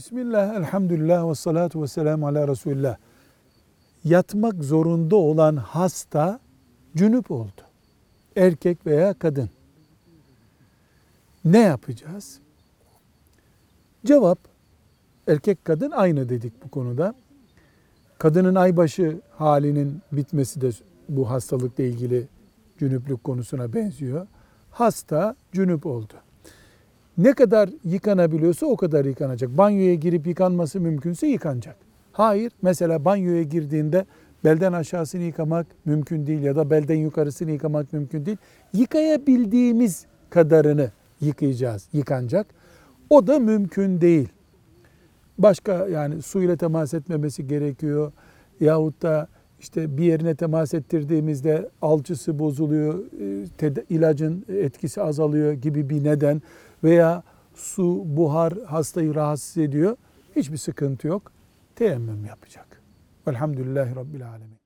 Bismillah, elhamdülillah ve salatu ve selamu ala Resulillah. Yatmak zorunda olan hasta cünüp oldu. Erkek veya kadın. Ne yapacağız? Cevap, erkek kadın aynı dedik bu konuda. Kadının aybaşı halinin bitmesi de bu hastalıkla ilgili cünüplük konusuna benziyor. Hasta cünüp oldu. Ne kadar yıkanabiliyorsa o kadar yıkanacak. Banyoya girip yıkanması mümkünse yıkanacak. Hayır, mesela banyoya girdiğinde belden aşağısını yıkamak mümkün değil ya da belden yukarısını yıkamak mümkün değil. Yıkayabildiğimiz kadarını yıkayacağız, yıkanacak. O da mümkün değil. Başka yani suyla temas etmemesi gerekiyor. Yahut da işte bir yerine temas ettirdiğimizde alçısı bozuluyor, ilacın etkisi azalıyor gibi bir neden veya su, buhar hastayı rahatsız ediyor. Hiçbir sıkıntı yok. Teyemmüm yapacak. Velhamdülillahi Rabbil Alemin.